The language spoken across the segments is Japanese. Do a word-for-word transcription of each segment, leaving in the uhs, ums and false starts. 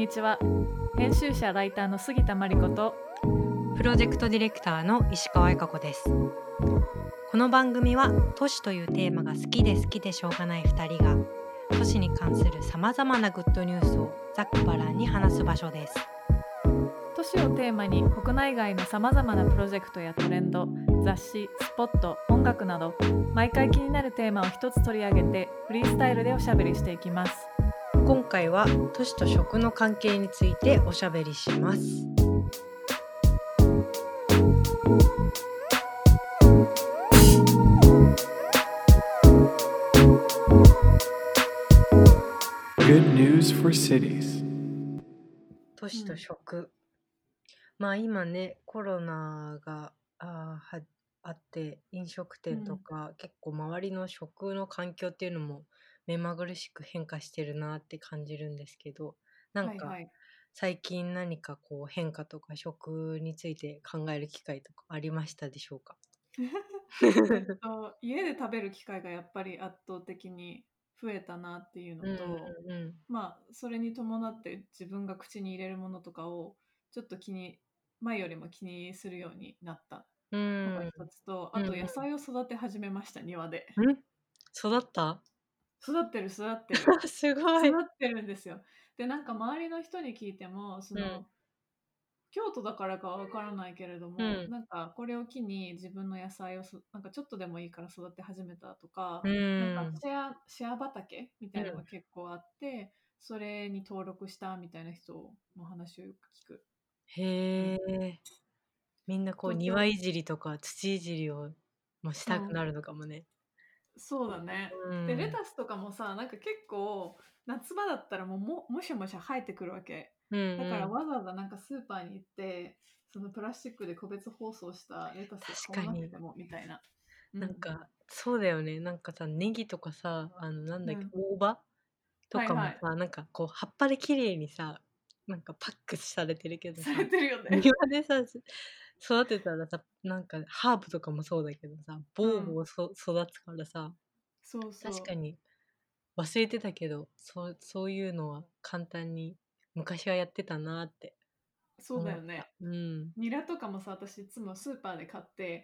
にちは。編集者ライターの杉田真理子とプロジェクトディレクターの石川愛香子です。この番組は都市というテーマが好きで好きでしょうがないふたりが都市に関するさまざまなグッドニュースをざっくばらんに話す場所です。 都市をテーマに国内外のさまざまなプロジェクトやトレンド、雑誌、スポット、音楽など毎回気になるテーマを一つ取り上げてフリースタイルでおしゃべりしていきます。 今回は都市と食の関係についておしゃべりします。 Good news for cities. 都市と食、まあ今ねコロナがあーはあって飲食店とか、結構周りの食の環境っていうのも目まぐるしく変化してるなって感じるんですけど、なんかはいはい。 最近何かこう変化とか食について考える機会とかありましたでしょうか？ えっと、家で食べる機会がやっぱり圧倒的に増えたなっていうのと、 うんうんまあそれに伴って自分が口に入れるものとかをちょっと気に前よりも気にするようになったうのがん一つと、 うんあと野菜を育て始めました、庭で。 うん。ん育った？ 育ってる育ってるすごい。 育ってるんですよ。でなんか周りの人に聞いてもそうんの京都だからかはわからないけれどうも、 んなんかこれを機に自分の野菜をそなんかちょっとでもいいから育て始めたとか、 うなんかんシェアシェア畑みたいのがうん。 結構あって、それに登録したみたいな人の話をよく聞く。うへん、 え。みんなこう東京、 庭いじりとか土いじりをもしうん、 たくなるのかもね。 そうだね。で、レうん。 タスとかもさ、なんか結構夏場だったらもうももしもし生えてくるわけ。 うんだかうん。 らわざわざなんかスーパーに行って、そのプラスチックで個別包装したレタスを買わ確かに。 なくてもみたいな。うん。 なんか、そうだよね。なんかさ、ネギとかさ、あの、なんだっけ、 うん。 大葉とはいはい。 かもさ、なんかこう葉っぱで綺麗にさ、なんかパックされてるけどさ、 されてるよね。 庭でさ、す育てたらさ、なんかハーブとかもそうだけどさ、ボーボうん。 ーそ育つからさ、 そうそう。 確かに忘れてたけど、そうそういうのは簡単に昔はやってたなってそうだ思った。 よね。 うん。 ニラとかもさ、私いつもスーパーで買って、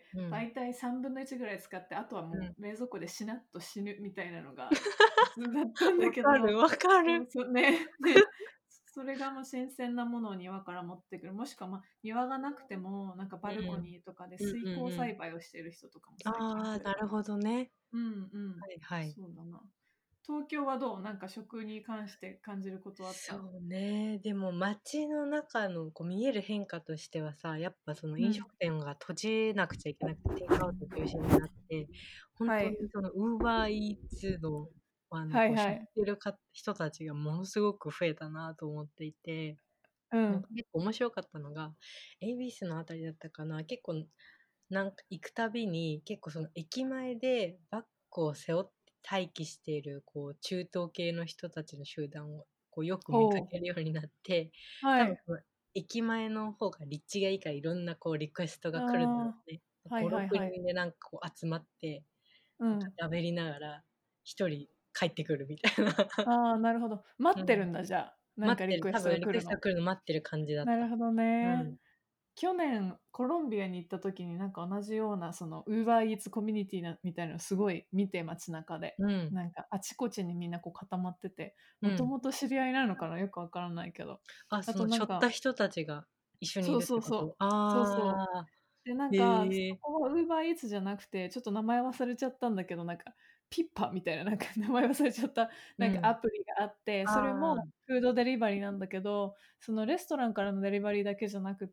うん。 だいたいさんぶんのいちぐらい使って、あとはうん。 もう冷蔵庫でしなっと死ぬみたいなのが普通だったんだわけど、 かるわかる。 そうそうね、ね、それがもう新鮮なものを庭から持ってくる。もしくは、ま、庭がなくても、なんかバルコうん。 ニーとかでうん水耕うんうん。 栽培をしている人とかも最近ああ、 増えた。 なるほどね。 うんうん。 はいはい。 そうだな。東京はどう？なんか食に関して感じることあった？ そうね。でも街の中のこう見える変化としてはさ、やっぱそのうん。 飲食店が閉じなくちゃいけなくて、テイクアウト中心になって、ほんとにはい。 その Uber Eats の、あの、こう知っはいはい。 てるか人たちがものすごく増えたなと思っていて、なんかうん。 結構面白かったのが、恵比寿のあたりだったかな、結構なんか行くたびに、結構その駅前でバッグを背負って待機しているこう中東系の人たちの集団をこうよく見かおお、 けるようになって、 はい。 多分その駅前の方が立地がいいからいろんなこうリクエストあが来るんだろあ、 うね。 はいご、6 はいはい。 人でなんかこう集まって、なんかうん。 喋りながら一人帰ってくるみたいな。 ああ、なるほど。待うん。 ってるんだ、じゃあ。なん待ってる、 かリクエスト多分リクエストがが来るの。 来るの待ってる感じだった。 なるほどね。 うん。 去年コロンビアに行った時に、なんか同じようなその Uber Eats コミュニティなみたいなのすごい見て、街中で。 うん。 なんかあちこちにみんなこう固まってて、 うん。 もともと知り合いなのかな、よくわからないけど。 あ、 あその背負ったとなんか人たちが一緒にいそうるってこと？ そうそう。そうそう。 ああ、 で、なんか、そへえ。 こは Uber Eats じゃなくて、ちょっと名前忘れちゃったんだけど、なんか、ピッパみたいな、なんか名前忘れちゃった、なんかアうん。 プリがあって、それああ、 もフードデリバリーなんだけど、そのレストランからのデリバリーだけじゃなくって、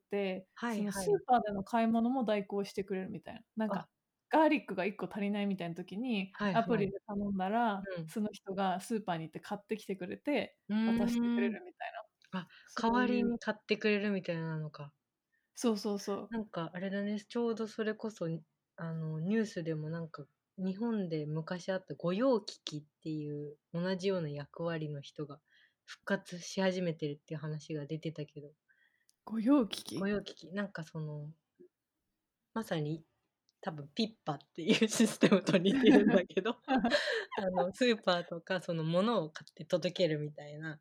そのスはいはい。 ーパーでの買い物も代行してくれるみたいな。なんあ、 か、ガーリックがいっこ足りないみたいな時に、アプはいはい。 リで頼んだら、 うん。 その人がスーパーに行って買ってきてくれて、 う渡してくれーん。 るみたいな。 あ、 そ代わりういう、 に買ってくれるみたいなのか。 そうそうそう。 なんかあれだね、ちょうどそれこそ、あの、ニュースでもなんか、日本で昔あった御用聞きっていう同じような役割の人が復活し始めてるっていう話が出てたけど、 御用聞き？ 御用聞き、なんかそのまさに多分ピッパっていうシステムと似てるんだけど、あのスーパーとかその物を買って届けるみたいな、 あ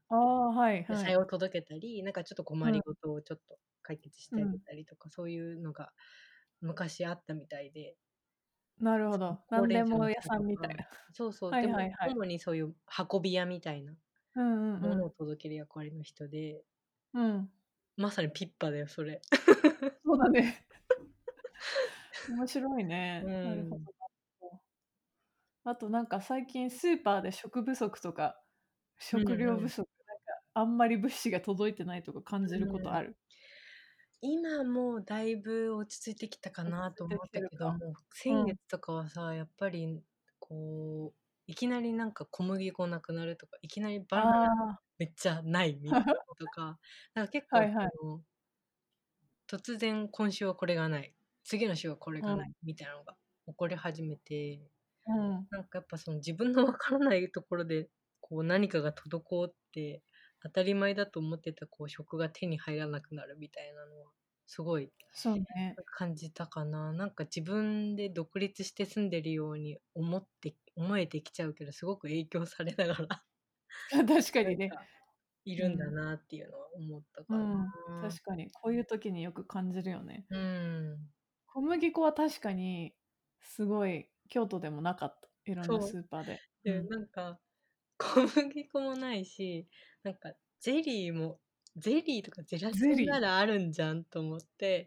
はいはい。 野菜を届けたり、なんかちょっと困うん。 りごとをちょっと解決してあげうん。 たりとか、そういうのが昔あったみたいで。そう、 なるほど。な高齢者のんでも屋人とか、 さんみたいな。 そうそう、 はいでもはいはい。 主にそういう運び屋みたいなうんうんうものをん。 届ける役割の人で、 うん。 まさにピッパだよ、それ。 そうだね。面白いうね。なるほどん。 なるほど。あとなんか最近スーパーで食不足とか、 うん食料うん。 不足、なんかあんまり物資が届いてないとか感じることうん。 ある？ 今もうだいぶ落ち着いてきたか落なとち着いて思ったけど、 きてるか。 もううん。 先月とかはさ、やっぱりこう、いきなりなんか小麦粉なくなるとか、いきなりバナナああ。 めっちゃないみたいなのとか、なんか結構そはいはい。 の、突然今週はこれがない、次の週はこれうん。 がないみたいなのが起こり始めて、 うん。 なんかやっぱその自分のわからないところで、こう何かが滞って、当たり前だと思ってたこう食が手に入らなくなるみたいなのは、すごいそうね。 感じたかな。なんか自分で独立して住んでるように思って思えてきちゃうけど、すごく影響されながら確かにね。 なんかいるんだうん。 なっていうのは思ったかうん、 な。 確かに。こういう時によく感じるよね。 うん。 小麦粉は確かにすごい京都でもなかった。いろんなそう。 スーパーで。うで、 ん。 なんか小麦粉もないし、なんかゼリーもゼリーとかゼラチンなゼリー。 らあるんじゃんと思って、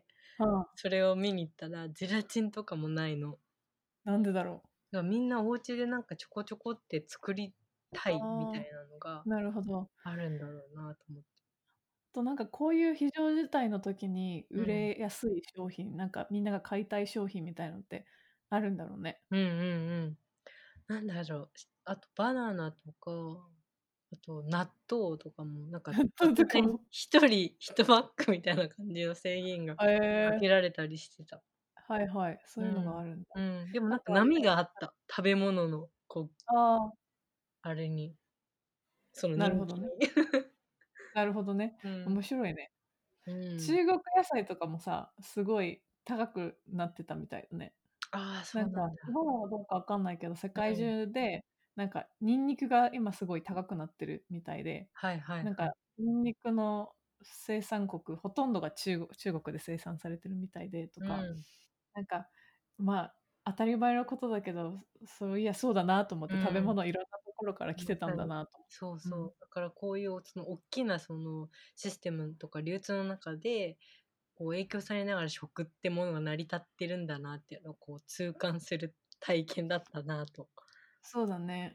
はあ、 それを見に行ったらゼラチンとかもないの。 なんでだろう。 だからみんなお家でなんかちょこちょこって作りたいみたああ、 いなのがなるほど。 あるんだろうなと思って。 となんかこういう非常事態の時に売うん。 れやすい商品、なんかみんなが買いたい商品みたいのってあるんだろうね。 うんうんうん。なんだろう、あとバナナとか、あと納豆とかもなんか突然とかも。 一人一バッグみたいな感じの制限がへえ、 かけられたりしてた。 はいはい、そういうのがうん。 あるんだ。 うん。でもなんかあとあれだよ。 波があった。食べ物のこう、 ああ、 あれに、その人気に。 なるほどね。なるほどね。 うん。 面白いね。 うん。 中国野菜とかもさ、すごい高くなってたみたいだね。 ああ、そなんか、 うなんだ。 日本はどうかわかんないけど、世界うん。 中で、なんかニンニクが今すごい高くなってるみたいで、 はいはいなんかはい。 ニンニクの生産国、ほとんどが中国中国で生産されてるみたいでとうか、 ん。 なんか、まあ、当たり前のことだけど、そういや、そうだなと思って、食べうん。 物いろんなところから来てたんだまさに。 なと思って。うん。 そうそう。だからこういうその大きなそのシステムとか流通の中で、こう影響されながら食ってものが成り立ってるんだなっていうのをこう痛感する体験だったなと。 そうだね。 うん。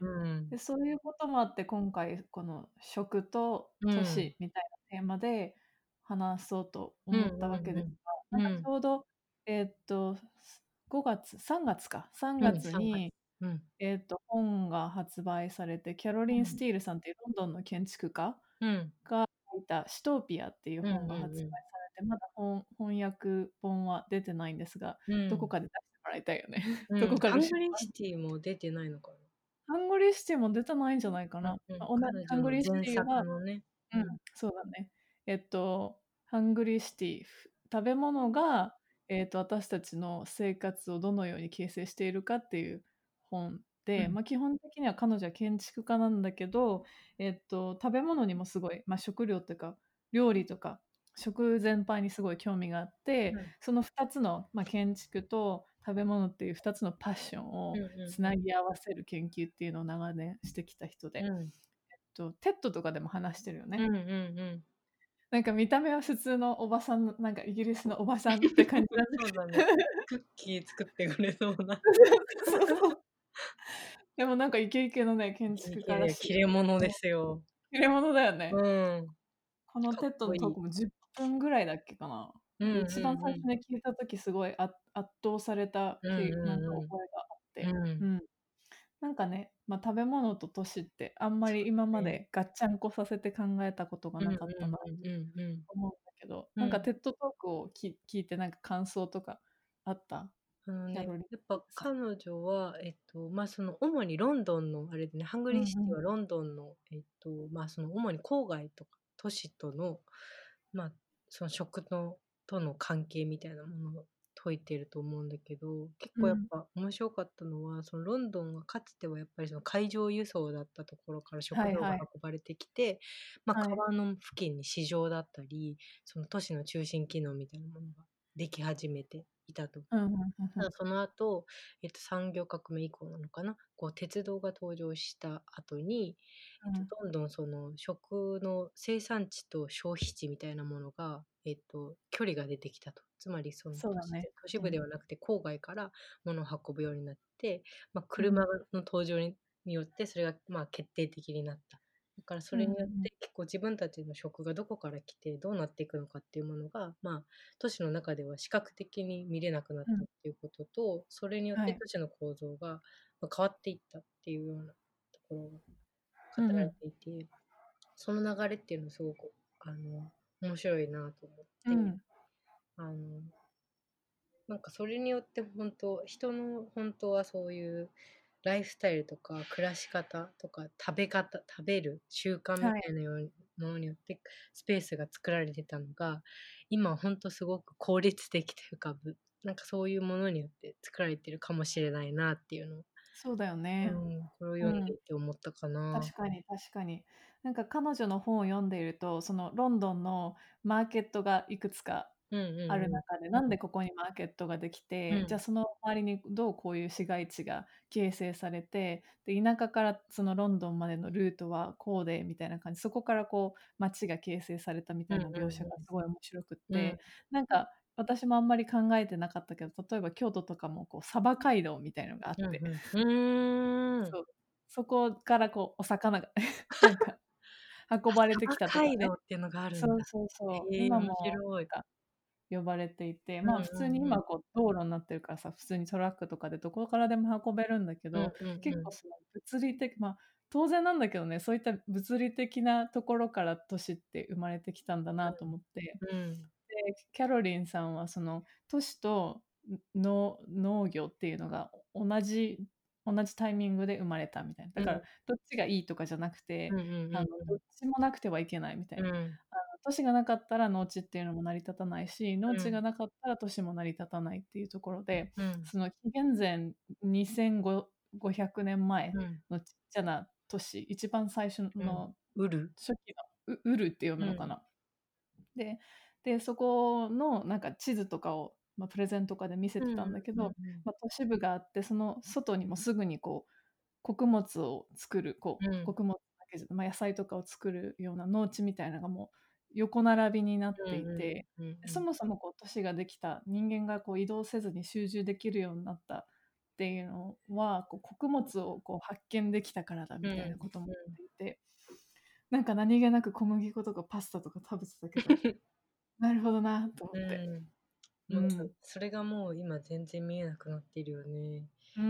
で、そういうこともあって、今回この食とうん。 都市みたいなテーマで話そうとうん思ったわけですうんが、 うん。 なんかうん。 ちょうど、えっと、ごがつ、さんがつか、3 うん、さんがつ。 月に、 うん。 えっと、本が発売されて、キャロリン・スうん。 ティールさんっていうロンドンの建築家うん。 が書いたシトーピアっていううん本が発売さうんれて、まだ本翻訳本は出てないんですが、 うん。うん。 どこかで出してもらいたいよね。 うどん。 こかの出ハングリー版シティも出てないのかハングリーシティも出てないんじゃないかな。 な。 うんうん。 あ、同じ彼女のハングリーシ前ティは作のね。 うん、 うん。 そうだね。えっと、ハングリーシティ、ふ食べ物が、えっと、私たちの生活をどのように形成しているかっていう本で、 うん。 ま、基本的には彼女は建築家なんだけど、えっと、食べ物にもすごい、ま、食料っていうか、料理とか、食全般にすごい興味があって、 うん。 そのふたつの、ま、建築と食べ物っていうふたつのパッションうんをつなうぎ合わせる研究っていうのを長年してきた人で、 んうん。うん。 と、テッドとかでも話してるよね。 うんうんうん。 なんか見た目は普通のおばさんの、なんかイギリスのおばさんって感じなんだけど。 そうだね。クッキー作ってくれそうな。 そうそうそう。でもなんかイケイケのね、建築いけいや、 家らしい。 切れ者でうん。 すよ。 切れ者だよね。 うん。 このかっテッドこいい。 のトークもじゅっぷんぐらいだっけかな。で、 うん一番うんうん。 最初に聞いた時すごいあ圧倒されたうんけなんかうん覚えがあっうん。 て。 うん。 うん。なんかね、ま、食べ物と都市ってあんまり今まね。 でガッチャンコさせて考えたことがうんうんなかったなうんうんうん。 思うんだけど、 うん。 なんかテッドトークをき聞いてなんか感想とかあった？ あのね、 キャロリンやっぱさん。 彼女は、えっと、ま、その主にロンドンのあれでね、ハングリーシうんうん。 ティはロンドンの、えっと、ま、その主に郊外とか都市との、ま、その食のとの関係みたいなもの解いてると思うんだけど、結うん構やっぱ面白かったのは、そのロンドンがかつてはやっぱりその海上輸送だったところから食料がはいはい。 運ばれてきて、まあ、 はい。 川の付近に市場だったり、その都市の中心機能みたいなものができ始めていたと。 うんうんうんうん。 ただその後、えっと、産業革命以降なのかな、こう鉄道が登場した後に、えっと、 うん。 どんどんその食の生産地と消費地みたいなものが、えっと、距離が出てきたと。つまりその都市でそうだね。 都市部うん。 ではなくて郊外から物を運ぶようになって、まあ、 うん。 車の登場にによってそれがまあ決定的になった。だからそうんうんれによって結構自分たちの食がどこから来てどうなっていくのかっていうものが、まあ、都市の中では視覚的に見れなくなっうん。うん。 たっていうことと、それによっはい。 て都市の構造がまあ変わっていったっていうようなところが語られうんうん。 ていて、その流れっていうのはすごくあの面白いなと思って、 うん。 あのなんかそれによって本当人の本当はそういうライフスタイルとか暮らし方とか食べ方食べる習慣みはい。 たいなようなものによってスペースが作られてたのが、今本当すごく効率的というか、ぶなんかそういうものによって作られてるかもしれないなっていうのを、 そうだようね。 ん、これをうん。 読んでいて思ったかな。 確かに確かに。なんか彼女の本を読んでいると、そのロンドンのマーケットがいくつかうんあるうん中で、なんでここにマーケットができて、じゃあうんその周りにどうこういう市街地が形成されて、で、田舎からそのロンドンまでのルートはこうでみたいな感じ、そこからこう街が形成されたみたうんいな描写がすごい面白くっうんうんて、なんか私もあんまり考えてなかったけど、例えば京都とかもこう鯖街道みたいのがあって、 うんうんうーん。 そう、そこからこうお魚がなんか運ばれてき鯖たとかね。 街道っていうのがあるんだ。 そうそうそう。 へえ、面今も白い。 なんか呼ばれていて、 うんまあ普通にうんうん。 今こう道路になってるからさ、普通にトラックとかでどこからでも運べるんだけど、 うんうんうん。 結構その物理的、まあ当然なんだけどね、そういった物理的なところから都市って生まれてきたんだなと思って。 うん。 で、キャロリンさんはその都市との農業っていうのが同じ同じタイミングで生まれたみたいな。だからうん。 どっちがいいとかじゃなくて、 うんうんうんあのどっちもなくてはいけないみたいな。 うん。うん。 あの都市がなかったら農地っていうのも成り立たないし、農地がなかったら都市も成り立たないっていうところで、 うん。 その紀元前にせんごひゃくねんまえうん。 のちっちゃな都市、一番最初うん。 のウル？ 初期のウウルって読うん。 むのかな。でで、そこのなんか地図とかを、まあ、プレゼンとかで見せてうんうんたんだけど、 うんうん。 まあ、都市部があって、その外にもすぐにこう穀物を作る、こううん。 穀物だけじゃ、まあ、野菜とかを作るような農地みたいなのがもう横並びになっうんていて、 うんうんうん。 そもそもこう都市ができた、人間がこう移動せずに集中できるようになったっていうのは、こう穀物をこう発見できたからだみたいなうん。 こともう言っていて、なんか何気なく小麦粉とかパスタとか食べてたけど、 ん。 なるほどなと思って。 うん。もうなんか、 うん。 それがもう今全然見えなくなってるよね。 うん。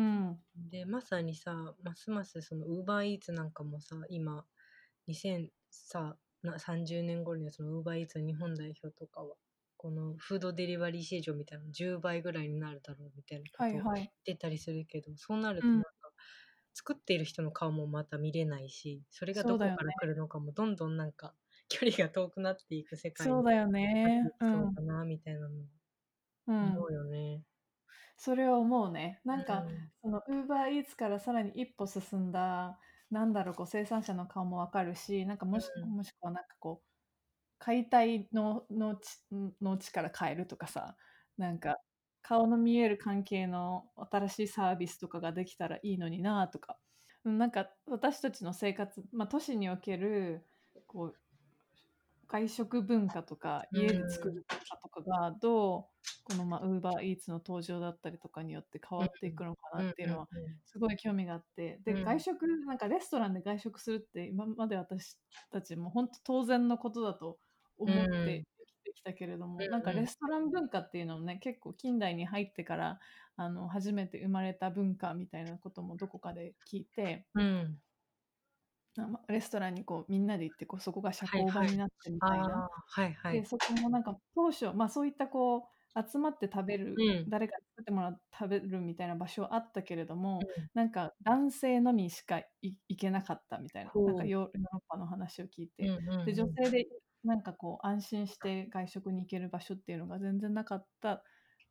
で、まさにさ、ますますその Uber Eats なんかもさ、今、にせんさ、なさんじゅうねん頃にはその Uber Eats の日本代表とかは、このフードデリバリー市場みたいなのじゅうばいぐらいになるだろうみたいなことをはいはい。 言ってたりするけど、そうなるうん。 となんか、作っている人の顔もまた見れないし、それがどこからそうだよね。 来るのかもどんどんなんか距離が遠くなっていく世界にそうだよなっていね。 きそううん。 だなみたいなのうん。 思うよね。 それは思うね。 うなんか、 ん。 その Uber Eats からさらに一歩進んだ、なんだろう、こう生産者の顔もわかるし、なんかもしうん。 もしくはなんかこう、解体の農地農地から変えるとかさ、なんか顔の見える関係の新しいサービスとかができたらいいのになとか。うん、なんか私たちの生活、まあ、都市におけるこう外食文化とか、 う家で作るん。 文化とかが、どう、この、ま、Uber Eats の登場だったりとかによって変うん。 わっていくのかなうんっていうのは、 うんうん。 すごい興味があって、で、 うん。 外食なんかレストランで外食するって今まで私たちもほんと当然のことだとう思ってん。 生きてきたけれどうも、なんかんうん。 レストラン文化っていうのもね、結構近代に入ってから、あの、初めて生まれた文化みたいなこともどこかで聞いて、 うん。 あ、ま、レストランにこうみんなで行って、こうそこが社交場はいはい。 になってみあたいな。 あ、はいはで、 い。 そこもなんか当初、ま、そういったこう集まって食べる、 うん。 誰かに作ってもらって食べるみたいな場所はあったけれども、 うん。 なんか男性のみしかい行けなかったみたいな、なんかほう。 ヨーヨーロッパの話を聞いて、 うんうんで、女うん。 性でなんかこう安心して外食に行ける場所っていうのが全然なかった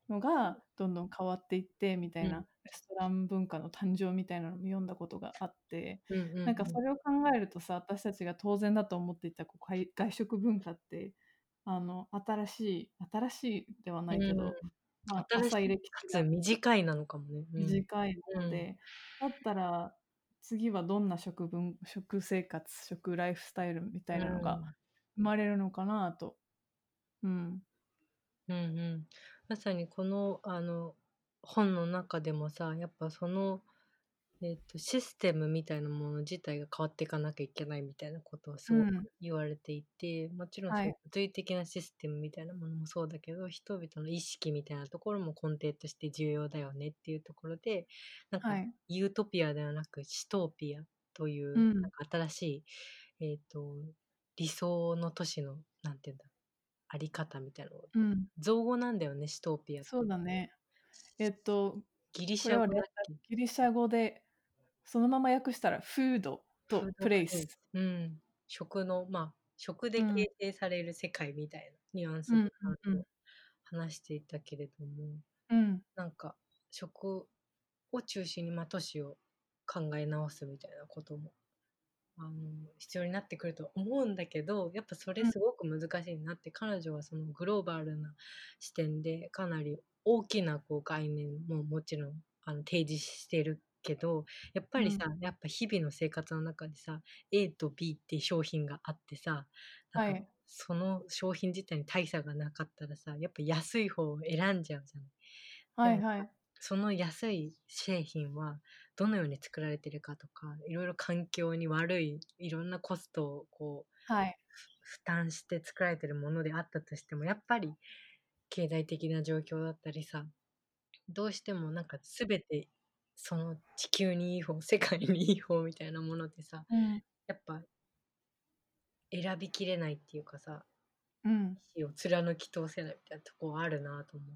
のがどんどん変わっていってみたいな、 うんレストラン文化の誕生みたいなのも読んだことがあって、 うんうんなんかそれを考えるとさ、私たちが当然だと思っていたこう外外食文化って、あの、新しい新しいではなうん。 いけど、まあ、 新しい浅い歴かつ史が短いなのかもね。うん。 短いうん。 ので、だったら次はどんな食文食生活、食ライフスタイルみたういなのがん。 生まれるのかなと。うん。 うんうん。まさにこの、あの、本の中でもさ、やっぱその、えっと、システムみたいなもの自体が変わっていかなきゃいけないみたいなことはすごくうん。 言われていて、もちろんはい。 そういう物理的なシステムみたいなものもそうだけど、人々の意識みたいなところも根底として重要だよねっていうところで、なんかはい。 ユートピアではなくシトーピアという、 うん。 なんか新しい、えっと、理想の都市の、なんていうんだ、あり方みたいなのをうん。 造語なんだよね、シトーピアって。 そうだね。えっと、 ギリシャこれはレ語だっけ？ ギリシャ語で、そのまま訳したらフードとフードプレイス。 プレイス。うん。食の、まあ、食でうん。 形成される世界みたいなニュアンうんスでうんうん。 話していたけれども、 うん。 なんか食を中心に、まあ、都市を考え直すみたいなこともあの必要になってくると思うんだけど、やっぱそれうん。 すごく難しいなって、彼女はそのグローバルな視点でかなり大きなこう概念ももちろんあの提示してるけど、やっぱりさ、 うん。 やっぱ日々の生活の中でさ A と B っていう商品があってさ、なんかはい。 その商品自体に大差がなかったらさ、やっぱ安い方を選んじゃうじゃない。でもはいはい。 その安い製品はどのように作られてるかとか、いろいろ環境に悪いいろんなコストをこうはい。 負担して作られてるものであったとしても、やっぱり経済的な状況だったりさ、どうしてもなんか全てその地球にいい方、世界にいい方みたいなものでさ、 うん。 やっぱ選びきれないっていうかさ、 うん。 意思を貫き通せないみたいなとこはあるなと思って、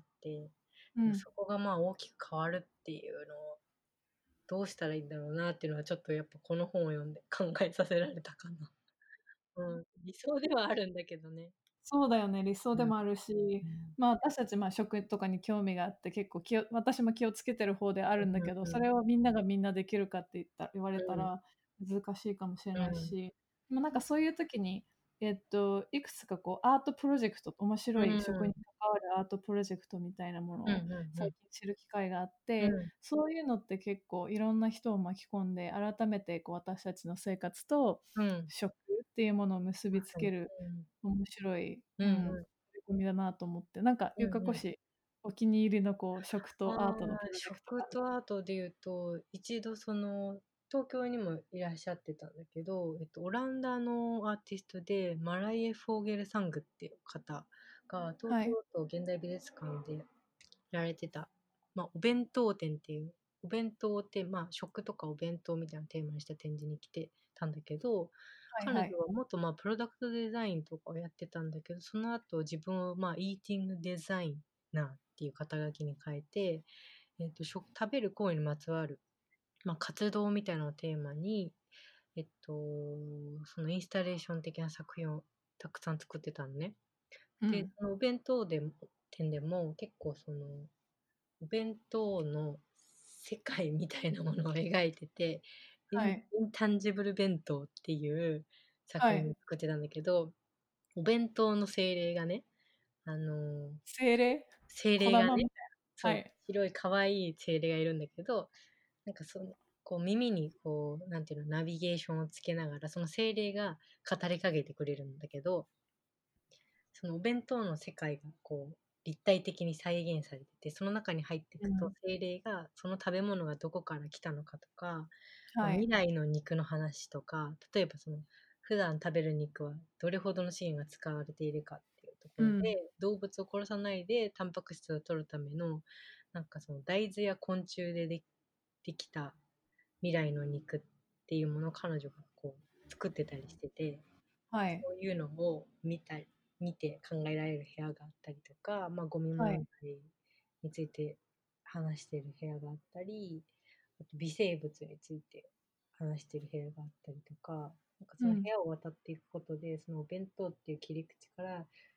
うん。 そこがまあ大きく変わるっていうのをどうしたらいいんだろうなっていうのはちょっとやっぱこの本を読んで考えさせられたかな。うん、理想ではあるんだけどね。 そうだよね、理想うん。 でもあるし、 うん。 まあ、私たち、まあ、食とかに興味があって、結構気を私も気をつけてる方であるんだけど、 うんうんそれをみんながみんなできるかって言った言われたうん。 ら難しいかもしれうん。 ないし、でもなんかそういう時に、えっと、いくつかこうアートプロジェクト、面う白い食にん。 関わるアートプロジェクトみたいなものうんをうんうん。 最近知る機会があって、 うん。 そういうのって結構いろんな人を巻き込んで、改めてこう私たちの生活とうん。 食っていうものを結びまさに。 つけるうん。 面白い、 うんううん、 ん。 取り組みだなと思って、なんか、ゆうんうん。 うかこし、お気に入りのこう、食あとアートのプあ、 ロジェクトが食とアートで言うと、一度その、東京にもいらっしゃってたんだけど、えっと、オランダのアーティストで、マライエ・フォーゲルサングっていう方が、東はい、 京都現代美術館でやられてた、まあ、お弁当展っていう、お弁当って、まあ、食とかお弁当みたいなテーマにした展示に来てたんだけど、彼女はいはい。 はもっとまあプロダクトデザインとかをやってたんだけど、その後自分をまあイーティングデザイナーっていう肩書きに変えて、えっと、食食べる行為にまつわる、まあ、活動みたいなのをテーマに、えっと、そのインスタレーション的な作品をたくさん作ってたのね。で、 うん。 そのお弁当でも店でも結構そのお弁当の世界みたいなものを描いてて、インイはい、 ンタンジブル弁当っていう作はい。 品を作ってたんだけど、お弁当の精霊がね、あの、 精霊？ 精霊がね、 こだまみたいな。 そう、 はい。 白い可愛い精霊がいるんだけど、なんかその、こう耳にこう、なんていうの、ナビゲーションをつけながら、その精霊が語りかけてくれるんだけど、そのお弁当の世界がこう立体的に再現されてて、その中に入っていくとうん。 精霊がその食べ物がどこから来たのかとか、まあ、 はい。 未来の肉の話とか、例えばその普段食べる肉はどれほどの資源が使われているかっていうところで、 うん。 動物を殺さないでタンパク質を取るためのなんかその大豆や昆虫ででできた未来の肉っていうものを彼女がこう作ってたりしてて、 はい。 そういうのを見たり、見て考えられる部屋があったりとか、まあ、ゴミ問はい。 題について話している部屋があったり、あと微生物について話している部屋があったりとか、なんかその部うん。 屋を渡っていくことで、そのお弁当っていう切り口から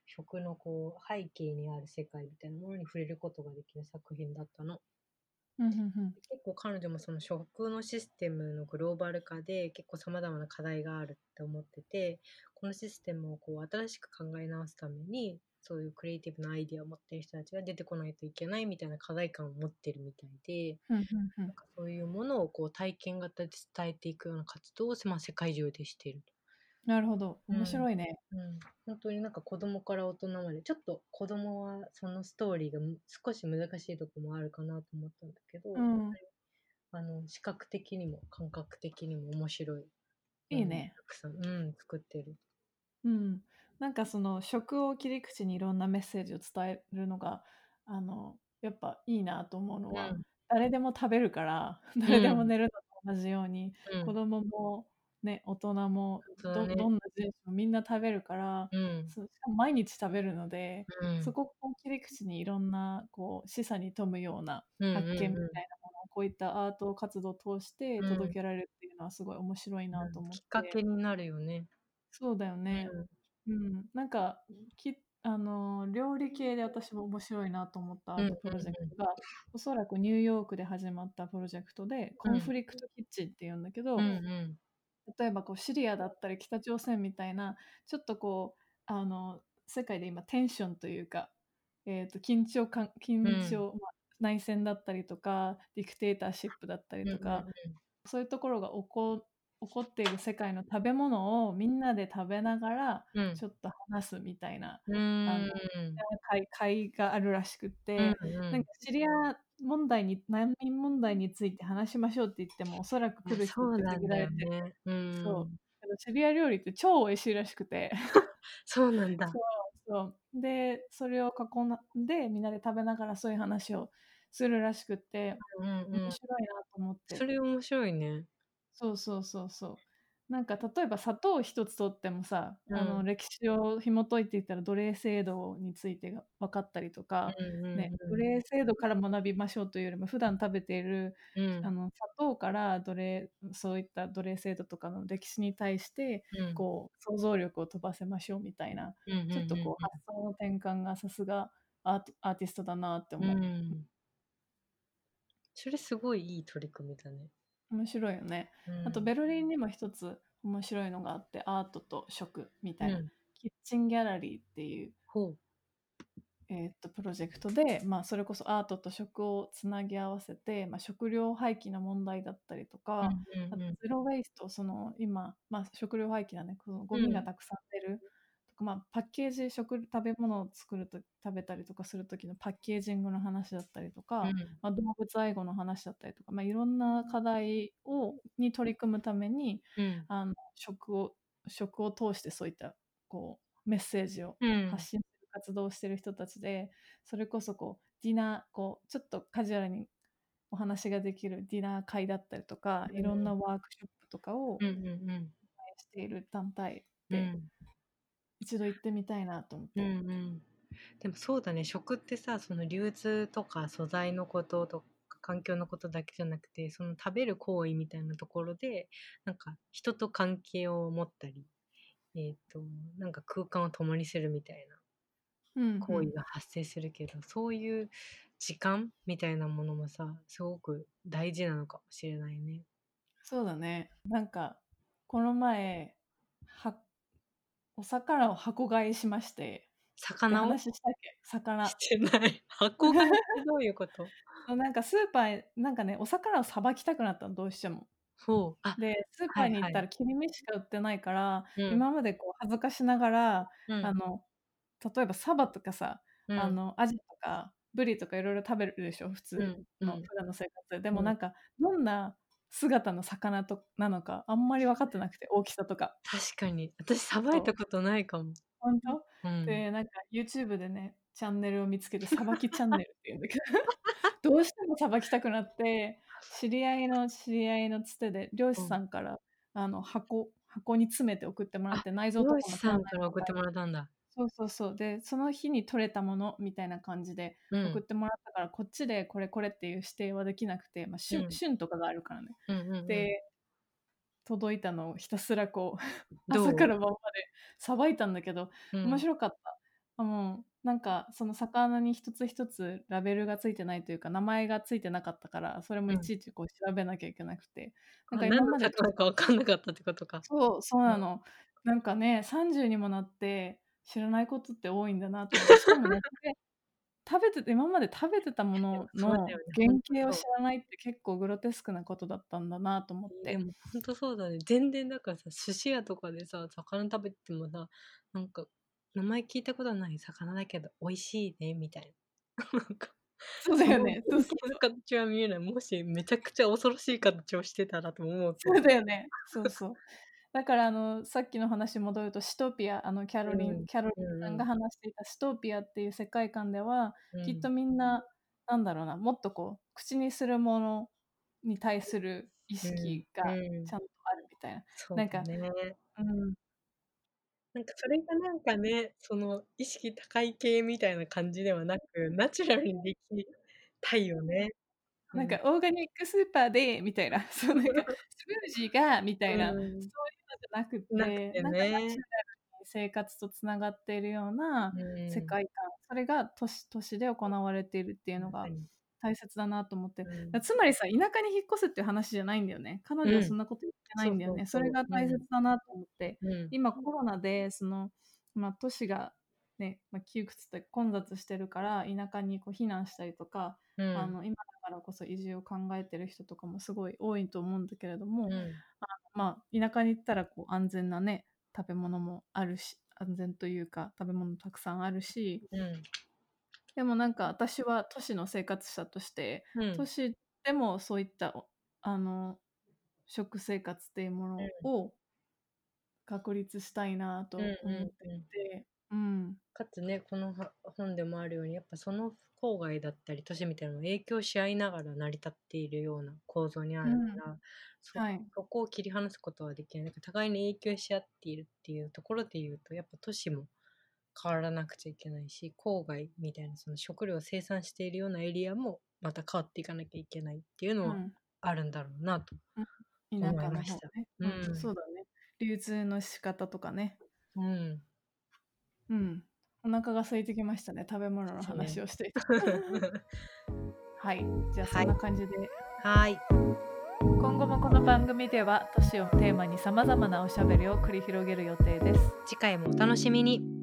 食のこう背景にある世界みたいなものに触れることができる作品だったの。 うんうんうん結構彼女もその食のシステムのグローバル化で結構様々な課題があるって思ってて、このシステムをこう新しく考え直すために、そういうクリエイティブなアイディアを持っている人たちが出てこないといけないみたいな課題感を持ってるみたいで、 うんうんうんなんかそういうものをこう体験型で伝えていくような活動を、まあ、世界中でしていると。 なるほど。 うん面白いね。 うん、本当になんか子供から大人まで、ちょっと子供はそのストーリーがむ少し難しいところもあるかなと思ったんだけど、 うん。 あの視覚的にも感覚的にも面白いものをいいね。 たくさん、うん、作ってる。 うん。なんかその食を切り口にいろんなメッセージを伝えるのが、あの、やっぱいいなと思うのは、 うん誰でも食べるから、誰でもうん寝るのと同じように、 うん子供もね、大人もど、 本当だね。 どんな人種もみんな食べるから、 うんそう、しかも毎日食べるので、 うんそこを切り口にいろんなこう示唆に富むようなうん発見みたいうなものをこういったアート活動を通してんうんうん届けられるっていうのはすごい面白いなと思っきっかけて。 になるよね。 そうだよね。 うんうん、なんか、きあの、料理系で私も面白いなと思ったアうんうんートプロジェクトが、おそらくニューヨークで始まったプロジェクトで、コうんンフリクトキッチンっていうんだけうんうど、 ん例えばこうシリアだったり北朝鮮みたいな、ちょっとこう、あの、世界で今テンションというか、えっと、緊張感緊うん張、まあ、内戦だったりとか、ディクテーターシップだったりうんとか、そういうところが起こ起こっている世界の食べ物をみんなで食べながら、 うんちょっと話すみたいな、 うあの、 ん会会があるらしくっうんて、 うんなんかシリア問題に難民問題について話しましょうって言っても、おそらくいや来る人っそうてなんだよ限られてる。 ね。うそう。 ん。 けどシリア料理って超美味しいらしくて。 そうなんだ。 そうそう。で、それを囲んで、みんなで食べながらそういう話をするらしくって、 うん面うん。 白いなと思って。 それ面白いね。 そうそうそうそう。なんか例えば砂糖一つとってもさ、 うん。 あの歴史を紐解いていったら奴隷制度についてが分かったりとか、 うんね、奴うん隷制度から学びましょうというよりも普段食べているうん。うんあの砂糖から奴隷そういった奴隷制度とかの歴史に対してうんこう想像力を飛ばせましょうみたいな、 うんちょっとこう発想の転換がさすがアートアーティストだなってうんうん。 思う。 うん。それすごいいい取り組みだね。 面白いよね。あとうん。 ベルリンにも一つ面白いのがあって、アートと食みたいな、 うん。 キッチンギャラリーっていう、 ほう。 えーっとプロジェクトで、まあ、それこそアートと食をつなぎ合わせて、まあ、食料廃棄の問題だったりとうか、 んうんうん。 あとゼロウェイスト、その今、まあ、食料廃棄だね、このゴうんミがたくさん出るとか、まあ、パッケージ食食べ物を作ると食べたりとかする時のパッケージングの話だったりとか、 うんまあ、動物愛護の話だったりとか、まあ、いろんな課題をに取り組むためにうんあの食を食を通してそういったこうメッセージをうん発信する活動をしている人たちで、それこそこうディナーこうちょっとカジュアルにお話ができるディナー会だったりとか、いろんなワークショップとかをうんうんしている団体で、 うん一度行ってみたいなと思っうんうて。 ん。でもそうだね、食ってさ、その流通とか素材のこととか環境のことだけじゃなくて、その食べる行為みたいなところで、なんか人と関係を持ったり、えっと、なんか空間を共にするみたいなうんう行為ん、 が発生するけど、そういう時間みたいなものもさ、すごく大事なのかもしれないね。 そうだね。なんかこの前はお魚を箱買いしましてって魚を話したっけ？ し魚。 てない。箱買いってどういうこと？ なんかスーパーなんかね、お魚をさばきたくなったの、どうしても。 そう。あ、 で、スーパーに行ったはいはい。 ら切り身しか売ってないから、 うん。 今までこう恥ずかしながら、 うん。 あの、例えばサバとかさ、 うん。 あの、アジとかブリとかいろいろ食べるでしょ、普通うん。うん。 の普段の生活で。でうん。 もなんか、どんな姿の魚となのかあんまり分かってなくて、大きさとか。 確かに。私さばいそう。 たことないかも。 ほんと？ うん。 で、なんか YouTube でね、チャンネルを見つけて、さばきチャンネルっていうんだけど、どうしてもさばきたくなって、知り合いの知り合いのつてで、漁師うん。 さんから、あの、箱箱に詰めて送ってもらあ、 って、内臓と漁かも体内師さんから送っての中に、 もらったんだ。 そうそうそう。で、その日に取れたものみたいな感じでうん。 送ってもらったから、こっちでこれこれっていう指定はできなくて、ま、旬うん。 旬とかがあるからね。 うんうんうん。 で、届いたのをひたすらこう朝かどう？ ら晩までさばいたんだけど、面うん。 白かった。 あ、もう、なんか、その魚に一つ一つラベルがついてないというか、名前がついてなかったから、それもうん。 いちいちこう調べなきゃいけなくて、なんあ、 か何の今までと魚か分かんなかったってことか。 そう、そううん。 なの。なんかね、さんじゅうにもなって知らないことって多いんだなと思って、しかもね、それ食べてて今まで食べてたもでもののそうだよね、 原ほんとそう。 型を知らないって結構グロテスクなことだったんだなと思っえ、でて。 もほんとそうだね。全然だからさ、寿司屋とかでさ、魚食べてもさ、なんか名前聞いたことない魚だけど美味しいねみたいな。なんか、そのそうだよね。そう原型のそうそう。 形は見えない。もしめちゃくちゃ恐ろしい形をしてたらと思うと。 そうだよね。そうそう。だからあの、さっきの話戻ると、シトピア、あのキャロリンうん。 キャロリンさんがうんうん。 話していたシトピアっていう世界観では、 うん。 きっとみんな、なんだろうな、もっとこう、口にするものに対する意うん、 識がうん。 ちゃんとあるみたいな。 そうだなんかね。 うん。 なんかそれがなんかね、その意識高い系みたいな感じではなく、ナチュラルにできたいよね。うん。 なんかオーガニックスーパーでみたいな、そうなんかスムージーがみたういな、そういうのん。 じゃなくて、 なくてなんかナチュね。 ラルに生活と繋がっているようなうん。 世界観、それが都市都市で行われているっていうのがまさに。 大切だなと思って。だ、 うん。 つまりさ、田舎に引っ越すっていう話じゃないんだよね。彼女はうん。 そんなこと言ってないそうんだよね。それそうそう。 が大切うん。 だなと思って。 うん。 今コロナでその、ま、都市がね、ま、窮屈で混雑してるから、田舎にこう避難したりとか、 うん。 あの、今だからこそ移住を考えてる人とかもすごい多いと思うんだけれども、 うん。 あの、ま、田舎に行ったらこう安全なね、食べ物もあるし安全というか、食べ物たくさんあるしうん。 でもなんか私は都市の生活者として、 うん。 都市でもそういった、おあの、食生活っていうもうん。 のを確立したいなうんと思ってうんうん。 て、うん。 かつね、このは本でもあるように、やっぱその郊外だったり都市みたいなの影響し合いながら成り立っているような構造にあうん。 るから、そはい。 そこを切り離すことはできない。なんか互いに影響し合っているっていうところで言うと、やっぱ都市も変わらなくちゃいけないし、郊外みたいなその食料を生産しているようなエリアもまた変わっていかなきゃいけないっていうのはうん。 あるんだろうなとうん、田舎の方思いました。 ね。 ううん、そん。 うだね。流通の仕方とかね。 うん。 うん。お腹が空いてきましたね、食べ物のですね。 話をしていて。はい、じゃあそんはい。 な感じで。 はい。 今後もこの番組では都市をテーマに様々なおしゃべりを繰り広げる予定です。 次回もお楽しみに。